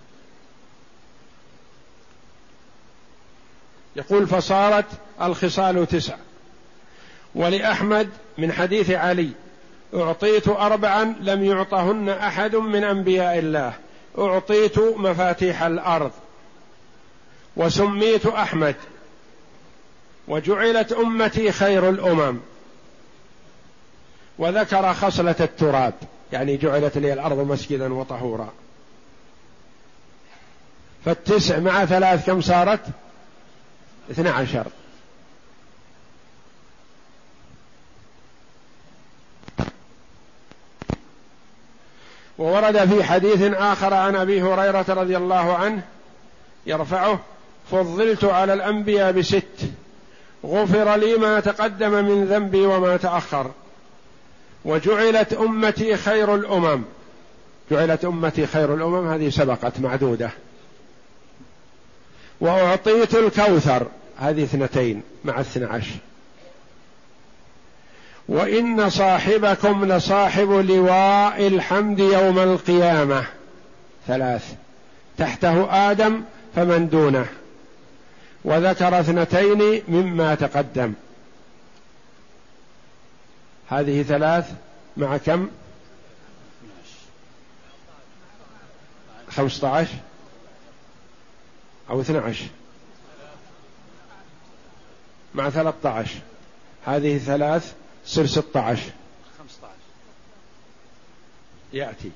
يقول: فصارت الخصال تسع. ولأحمد من حديث علي: أعطيت أربعا لم يعطهن أحد من أنبياء الله، أعطيت مفاتيح الأرض، وسميت أحمد، وجعلت أمتي خير الأمم، وذكر خصلة التراب، يعني جعلت لي الأرض مسجدا وطهورا. فالتسع مع ثلاث كم صارت؟ اثنى عشر. وورد في حديث آخر عن أبي هريرة رضي الله عنه يرفعه: فضلت على الأنبياء بست، غفر لي ما تقدم من ذنبي وما تأخر، وجعلت أمتي خير الأمم. جعلت أمتي خير الأمم هذه سبقت معدودة. وأعطيت الكوثر، هذه اثنتين مع اثنى عشر. وإن صاحبكم لصاحب لواء الحمد يوم القيامة، ثلاث، تحته آدم فمن دونه. وذكر اثنتين مما تقدم. هذه ثلاث مع كم؟ خمسة عشر أو اثنى عشر مع ثلاثة عشر، هذه ثلاث سر ستة عشر يأتي.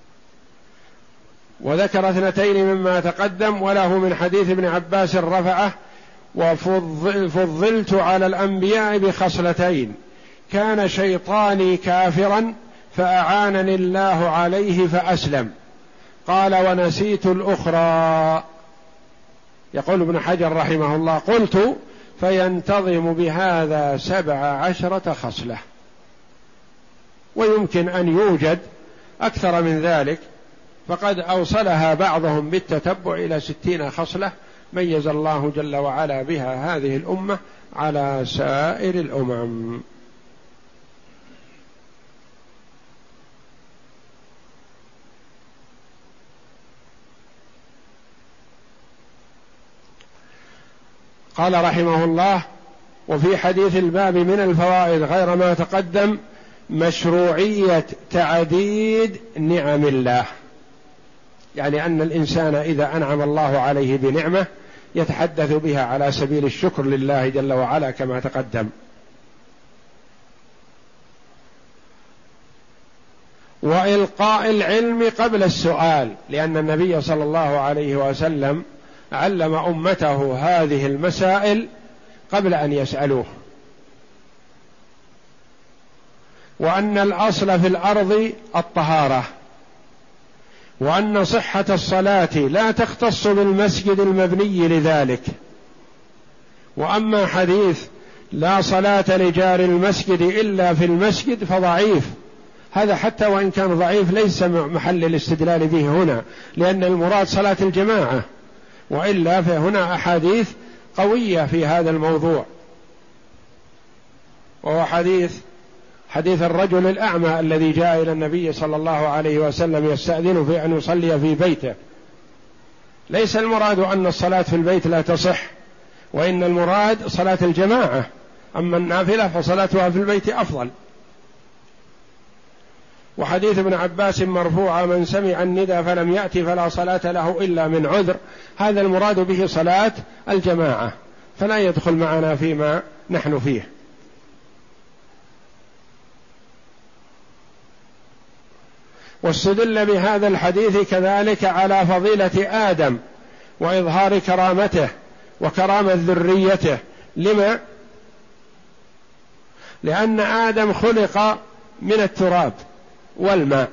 وذكر اثنتين مما تقدم. وله من حديث ابن عباس رفعه: وفضلت على الأنبياء بخصلتين، كان شيطاني كافرا فأعانني الله عليه فأسلم. قال: ونسيت الأخرى. يقول ابن حجر رحمه الله: قلت: فينتظم بهذا سبع عشرة خصلة. ويمكن أن يوجد أكثر من ذلك، فقد أوصلها بعضهم بالتتبع إلى ستين خصلة ميز الله جل وعلا بها هذه الأمة على سائر الأمم. قال رحمه الله: وفي حديث الباب من الفوائد غير ما تقدم مشروعية تعديد نعم الله، يعني أن الإنسان إذا أنعم الله عليه بنعمة يتحدث بها على سبيل الشكر لله جل وعلا كما تقدم. وإلقاء العلم قبل السؤال، لأن النبي صلى الله عليه وسلم علم أمته هذه المسائل قبل أن يسألوه. وأن الأصل في الأرض الطهارة، وأن صحة الصلاة لا تختص بالمسجد المبني لذلك. وأما حديث لا صلاة لجار المسجد إلا في المسجد فضعيف، هذا حتى وإن كان ضعيف ليس محل الاستدلال به هنا، لأن المراد صلاة الجماعة، وإلا فهنا أحاديث قوية في هذا الموضوع. وهو حديث حديث الرجل الأعمى الذي جاء إلى النبي صلى الله عليه وسلم يستأذن في أن يصلي في بيته. ليس المراد أن الصلاة في البيت لا تصح، وإن المراد صلاة الجماعة، أما النافلة فصلاتها في البيت أفضل. وحديث ابن عباس مرفوع: من سمع الندى فلم يأتي فلا صلاة له إلا من عذر. هذا المراد به صلاة الجماعة، فلا يدخل معنا فيما نحن فيه. واستدل بهذا الحديث كذلك على فضيلة آدم وإظهار كرامته وكرامة ذريته. لما؟ لأن آدم خلق من التراب والماء،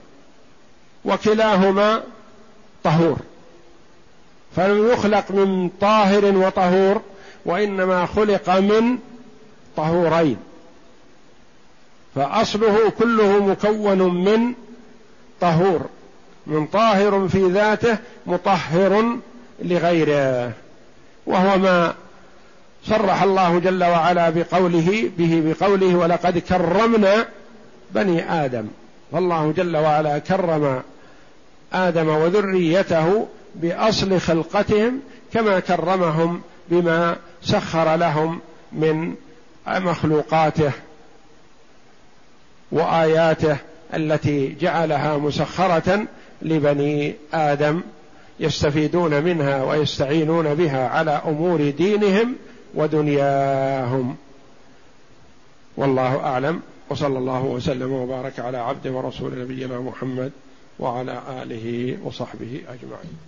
وكلاهما طهور، فلم يخلق من طاهر وطهور، وإنما خلق من طهورين، فأصله كله مكون من طهور، من طاهر في ذاته مطهر لغيره، وهو ما صرح الله جل وعلا بقوله به بقوله: ولقد كرمنا بني آدم. والله جل وعلا كرم آدم وذريته بأصل خلقتهم، كما كرمهم بما سخر لهم من مخلوقاته وآياته التي جعلها مسخرة لبني آدم يستفيدون منها ويستعينون بها على أمور دينهم ودنياهم. والله أعلم، وصلى الله وسلم وبارك على عبد ورسول نبينا محمد وعلى آله وصحبه أجمعين.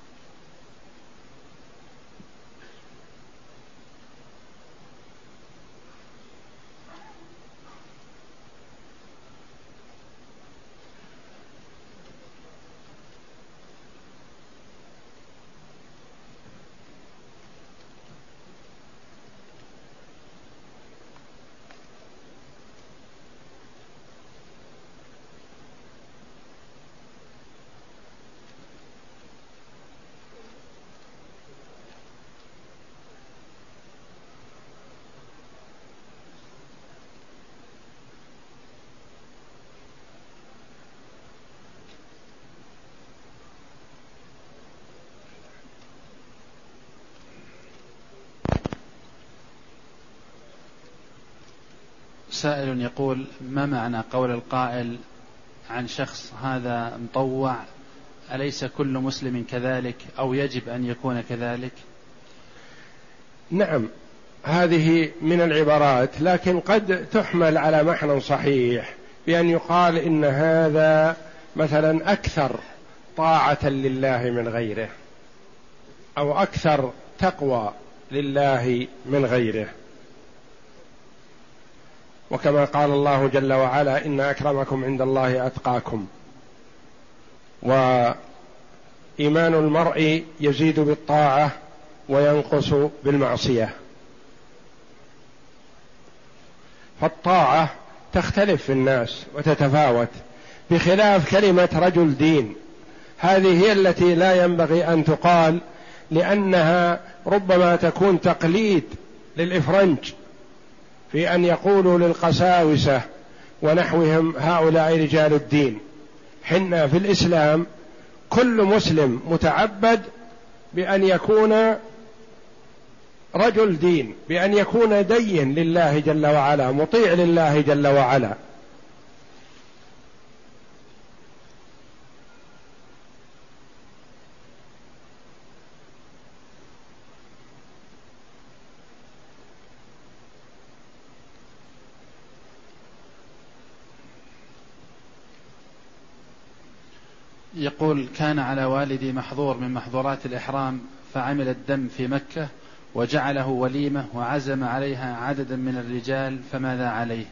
سائل يقول: ما معنى قول القائل عن شخص هذا مطوع؟ أليس كل مسلم كذلك أو يجب أن يكون كذلك؟ نعم، هذه من العبارات، لكن قد تحمل على معنى صحيح، بأن يقال إن هذا مثلا أكثر طاعة لله من غيره، أو أكثر تقوى لله من غيره. وكما قال الله جل وعلا: إن أكرمكم عند الله أتقاكم. وإيمان المرء يزيد بالطاعة وينقص بالمعصية، فالطاعة تختلف في الناس وتتفاوت، بخلاف كلمة رجل دين، هذه هي التي لا ينبغي أن تقال، لأنها ربما تكون تقليد للإفرنج في أن يقولوا للقساوسة ونحوهم: هؤلاء رجال الدين. حنا في الإسلام كل مسلم متعبد بأن يكون رجل دين، بأن يكون دين لله جل وعلا، مطيع لله جل وعلا. يقول: كان على والدي محظور من محظورات الإحرام، فعمل الدم في مكة وجعله وليمة وعزم عليها عددا من الرجال، فماذا عليه؟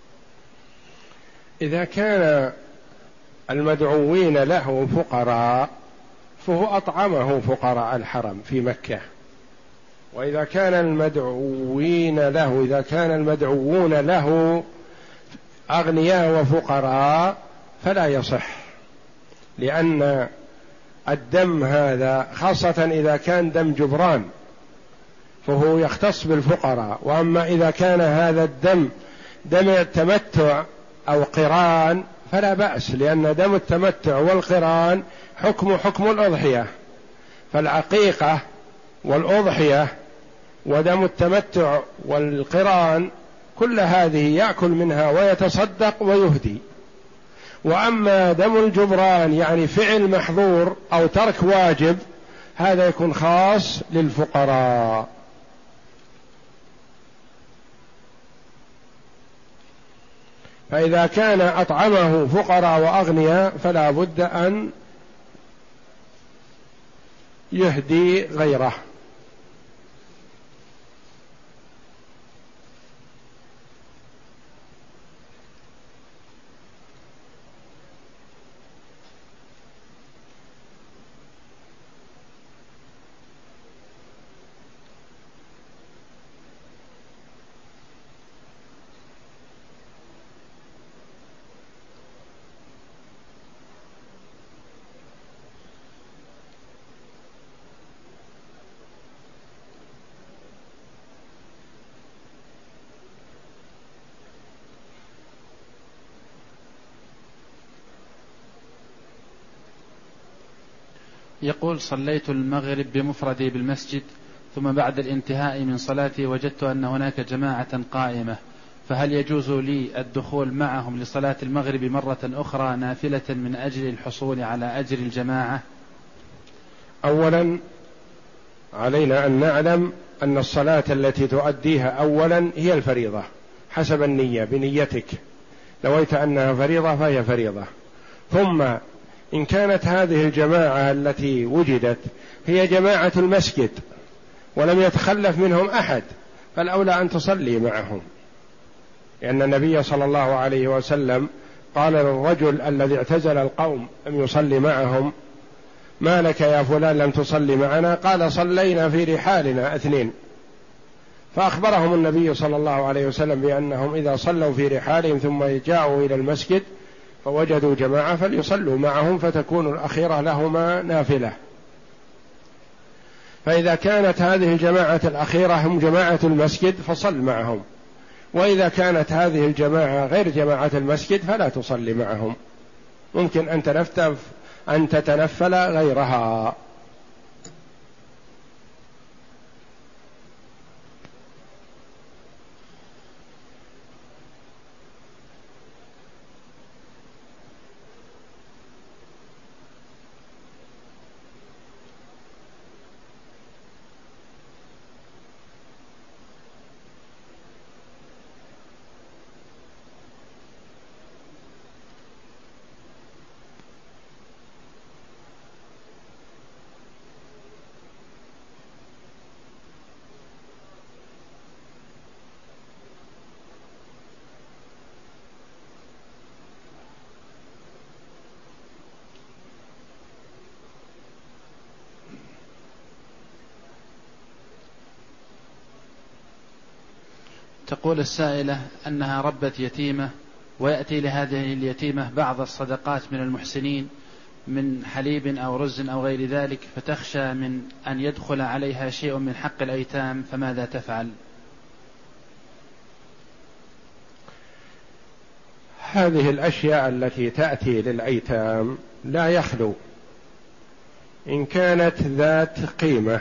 إذا كان المدعوين له فقراء فهو أطعمه فقراء الحرم في مكة، وإذا كان المدعوين له إذا كان المدعوون له أغنياء وفقراء فلا يصح، لأن الدم هذا خاصة إذا كان دم جبران فهو يختص بالفقراء، وأما إذا كان هذا الدم دم التمتع أو قران فلا بأس، لأن دم التمتع والقران حكم حكم الأضحية، فالعقيقة والأضحية ودم التمتع والقران كل هذه يأكل منها ويتصدق ويهدي. وأما دم الجبران يعني فعل محظور أو ترك واجب هذا يكون خاص للفقراء. فإذا كان أطعمه فقراء وأغنياء فلا بد أن يهدي غيره. يقول: صليت المغرب بمفردي بالمسجد، ثم بعد الانتهاء من صلاتي وجدت أن هناك جماعة قائمة، فهل يجوز لي الدخول معهم لصلاة المغرب مرة أخرى نافلة من أجل الحصول على أجر الجماعة؟ أولا علينا أن نعلم أن الصلاة التي تؤديها أولا هي الفريضة حسب النية، بنيتك نويت أنها فريضة فهي فريضة. ثم إن كانت هذه الجماعة التي وجدت هي جماعة المسجد ولم يتخلف منهم أحد فالأولى أن تصلي معهم، لأن النبي صلى الله عليه وسلم قال للرجل الذي اعتزل القوم لم يصلي معهم: ما لك يا فلان لم تصلي معنا؟ قال: صلينا في رحالنا اثنين. فأخبرهم النبي صلى الله عليه وسلم بأنهم إذا صلوا في رحالهم ثم جاءوا إلى المسجد فوجدوا جماعة فليصلوا معهم فتكون الأخيرة لهما نافلة. فإذا كانت هذه الجماعة الأخيرة هم جماعة المسجد فصل معهم، وإذا كانت هذه الجماعة غير جماعة المسجد فلا تصلي معهم، ممكن أن تنفذ أن تتنفل غيرها. تقول السائلة أنها ربة يتيمة، ويأتي لهذه اليتيمة بعض الصدقات من المحسنين من حليب أو رز أو غير ذلك، فتخشى من أن يدخل عليها شيء من حق الأيتام، فماذا تفعل؟ هذه الأشياء التي تأتي للأيتام لا يخلو إن كانت ذات قيمة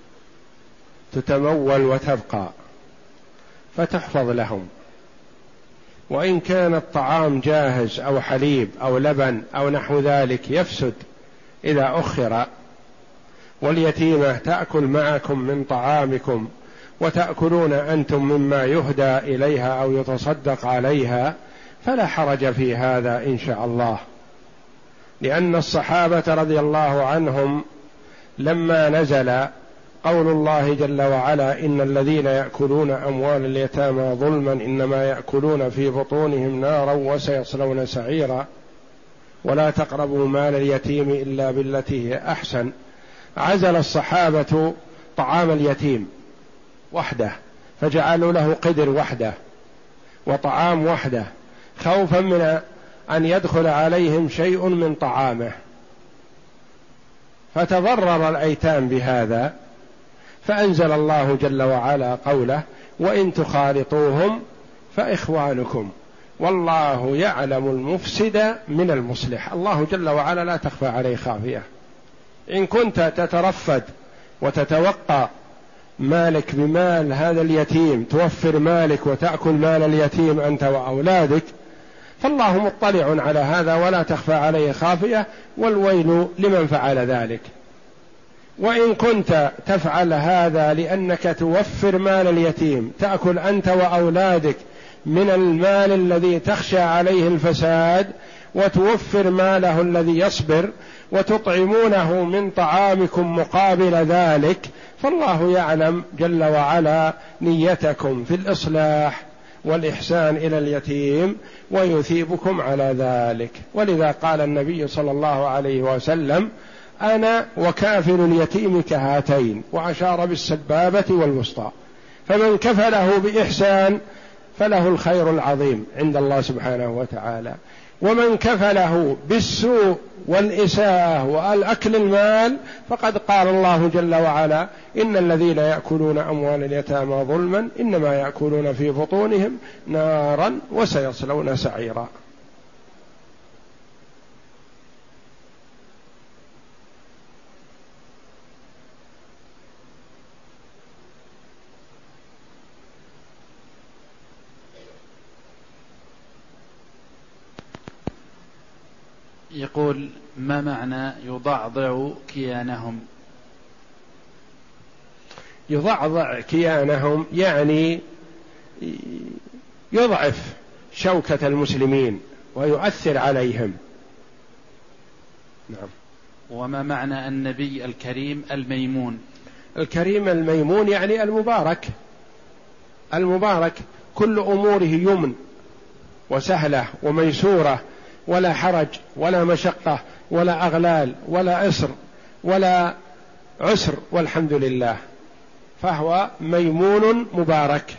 تتمول وتبقى فتحفظ لهم، وإن كان الطعام جاهز أو حليب أو لبن أو نحو ذلك يفسد إذا أخر، واليتيمة تأكل معكم من طعامكم وتأكلون أنتم مما يهدى إليها أو يتصدق عليها، فلا حرج في هذا إن شاء الله، لأن الصحابة رضي الله عنهم لما نزل قول الله جل وعلا: إن الذين يأكلون أموال اليتامى ظلما إنما يأكلون في بطونهم نارا وسيصلون سعيرا، ولا تقربوا مال اليتيم إلا بالتي هي أحسن، عزل الصحابة طعام اليتيم وحده فجعلوا له قدر وحده وطعام وحده، خوفا من أن يدخل عليهم شيء من طعامه، فتضرر الأيتام بهذا، فأنزل الله جل وعلا قوله: وإن تخالطوهم فإخوانكم والله يعلم المفسد من المصلح. الله جل وعلا لا تخفى عليه خافية. إن كنت تترفد وتتوقع مالك بمال هذا اليتيم، توفر مالك وتأكل مال اليتيم أنت وأولادك، فالله مطلع على هذا ولا تخفى عليه خافية، والويل لمن فعل ذلك. وإن كنت تفعل هذا لأنك توفر مال اليتيم، تأكل أنت وأولادك من المال الذي تخشى عليه الفساد، وتوفر ماله الذي يصبر، وتطعمونه من طعامكم مقابل ذلك، فالله يعلم جل وعلا نيتكم في الإصلاح والإحسان إلى اليتيم ويثيبكم على ذلك. ولذا قال النبي صلى الله عليه وسلم: أنا وكافل اليتيم كهاتين، وأشار بالسبابة والوسطى، فمن كفله بإحسان فله الخير العظيم عند الله سبحانه وتعالى، ومن كفله بالسوء والإساءة والأكل المال فقد قال الله جل وعلا: إن الذين يأكلون أموال اليتامى ظلما إنما يأكلون في بطونهم نارا وسيصلون سعيرا. يقول: ما معنى يضعضع كيانهم؟ يضعضع كيانهم يعني يضعف شوكة المسلمين ويؤثر عليهم. نعم. وما معنى النبي الكريم الميمون؟ الكريم الميمون يعني المبارك، المبارك كل أموره يمن وسهلة وميسورة، ولا حرج ولا مشقة ولا أغلال ولا إصر ولا عسر، والحمد لله، فهو ميمون مبارك.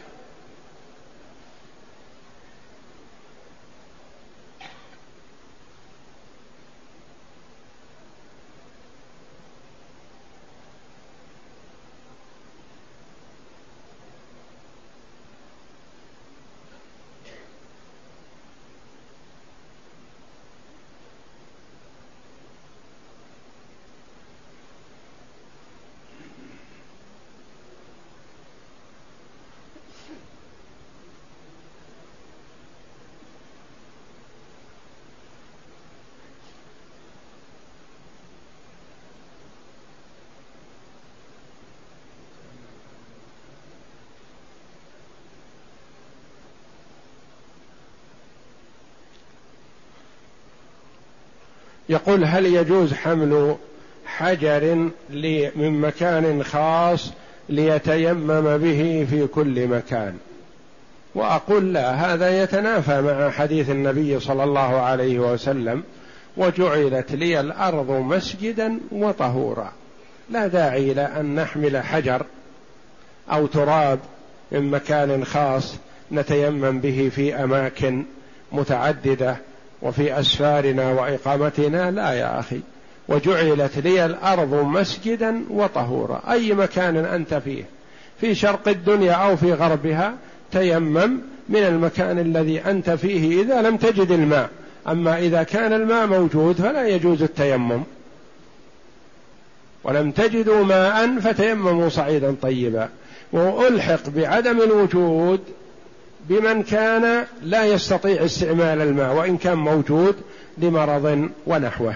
يقول: هل يجوز حمل حجر من مكان خاص ليتيمم به في كل مكان؟ وأقول لا، هذا يتنافى مع حديث النبي صلى الله عليه وسلم: وجعلت لي الأرض مسجدا وطهورا. لا داعي إلى أن نحمل حجر أو تراب من مكان خاص نتيمم به في أماكن متعددة وفي أسفارنا وإقامتنا. لا يا أخي، وجعلت لي الأرض مسجدا وطهورا. أي مكان أنت فيه، في شرق الدنيا أو في غربها، تيمم من المكان الذي أنت فيه إذا لم تجد الماء. أما إذا كان الماء موجود فلا يجوز التيمم. ولم تجدوا ماء فتيمموا صعيدا طيبا. وألحق بعدم الوجود بمن كان لا يستطيع استعمال الماء وإن كان موجود لمرض ونحوه.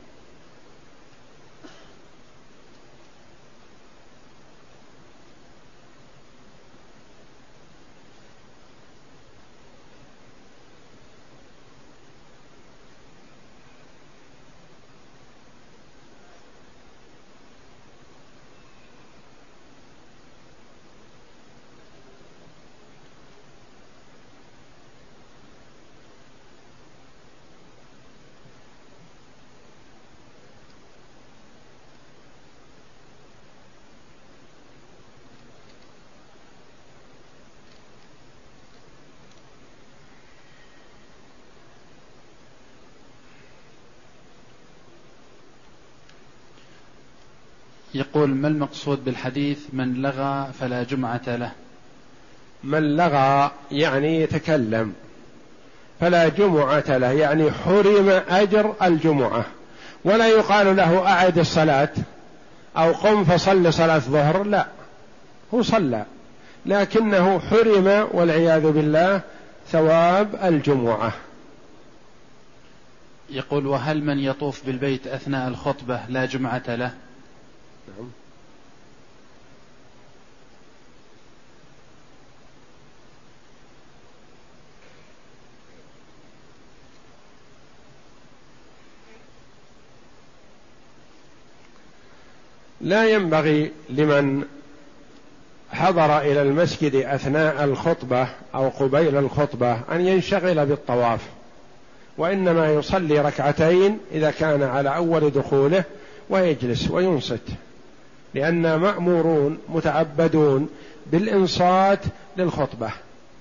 يقول: ما المقصود بالحديث من لغى فلا جمعة له؟ من لغى يعني يتكلم، فلا جمعة له يعني حرم أجر الجمعة، ولا يقال له أعد الصلاة أو قم فصل صلاة ظهر، لا، هو صلى لكنه حرم والعياذ بالله ثواب الجمعة. يقول: وهل من يطوف بالبيت أثناء الخطبة لا جمعة له؟ نعم. لا ينبغي لمن حضر إلى المسجد أثناء الخطبة أو قبيل الخطبة أن ينشغل بالطواف، وإنما يصلي ركعتين إذا كان على أول دخوله ويجلس وينصت، لأننا مأمورون متعبدون بالإنصات للخطبة.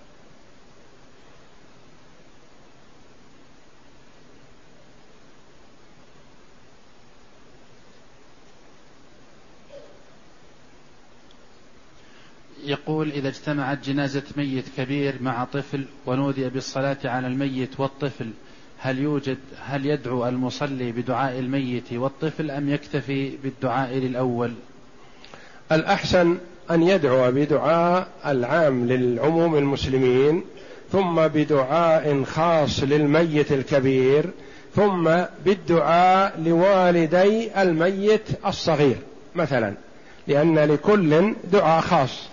يقول: إذا اجتمعت جنازة ميت كبير مع طفل ونودي بالصلاة على الميت والطفل، هل يوجد هل يدعو المصلي بدعاء الميت والطفل أم يكتفي بالدعاء للأول؟ الأحسن أن يدعو بدعاء العام للعموم المسلمين، ثم بدعاء خاص للميت الكبير، ثم بالدعاء لوالدي الميت الصغير مثلا، لأن لكل دعاء خاص.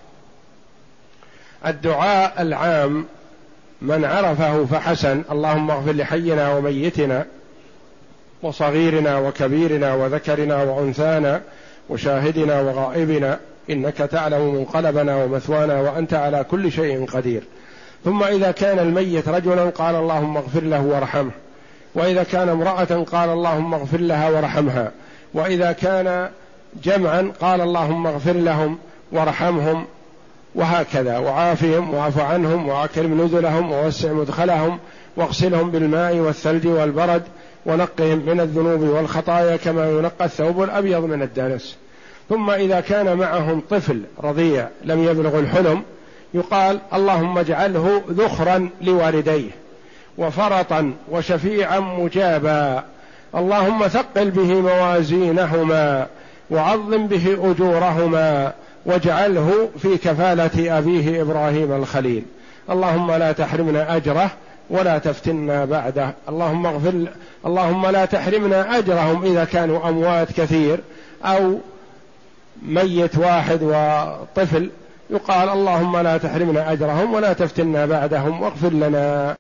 الدعاء العام من عرفه فحسن: اللهم اغفر لحينا وميتنا وصغيرنا وكبيرنا وذكرنا وأنثانا وشاهدنا وغائبنا إنك تعلم منقلبنا ومثوانا وأنت على كل شيء قدير. ثم إذا كان الميت رجلا قال: اللهم اغفر له وارحمه. وإذا كان امرأة قال: اللهم اغفر لها وارحمها. وإذا كان جمعا قال: اللهم اغفر لهم وارحمهم، وهكذا، وعافهم واعف عنهم وأكرم نزلهم ووسع مدخلهم واغسلهم بالماء والثلج والبرد ونقهم من الذنوب والخطايا كما ينقى الثوب الأبيض من الدنس. ثم إذا كان معهم طفل رضيع لم يبلغ الحلم يقال: اللهم اجعله ذخرا لوالديه وفرطا وشفيعا مجابا، اللهم ثقل به موازينهما وعظم به أجورهما واجعله في كفالة أبيه إبراهيم الخليل، اللهم لا تحرمنا أجره ولا تفتنا بعده. اللهم اغفر اللهم لا تحرمنا أجرهم إذا كانوا أموات كثير أو ميت واحد وطفل، يقال: اللهم لا تحرمنا أجرهم ولا تفتنا بعدهم واغفر لنا.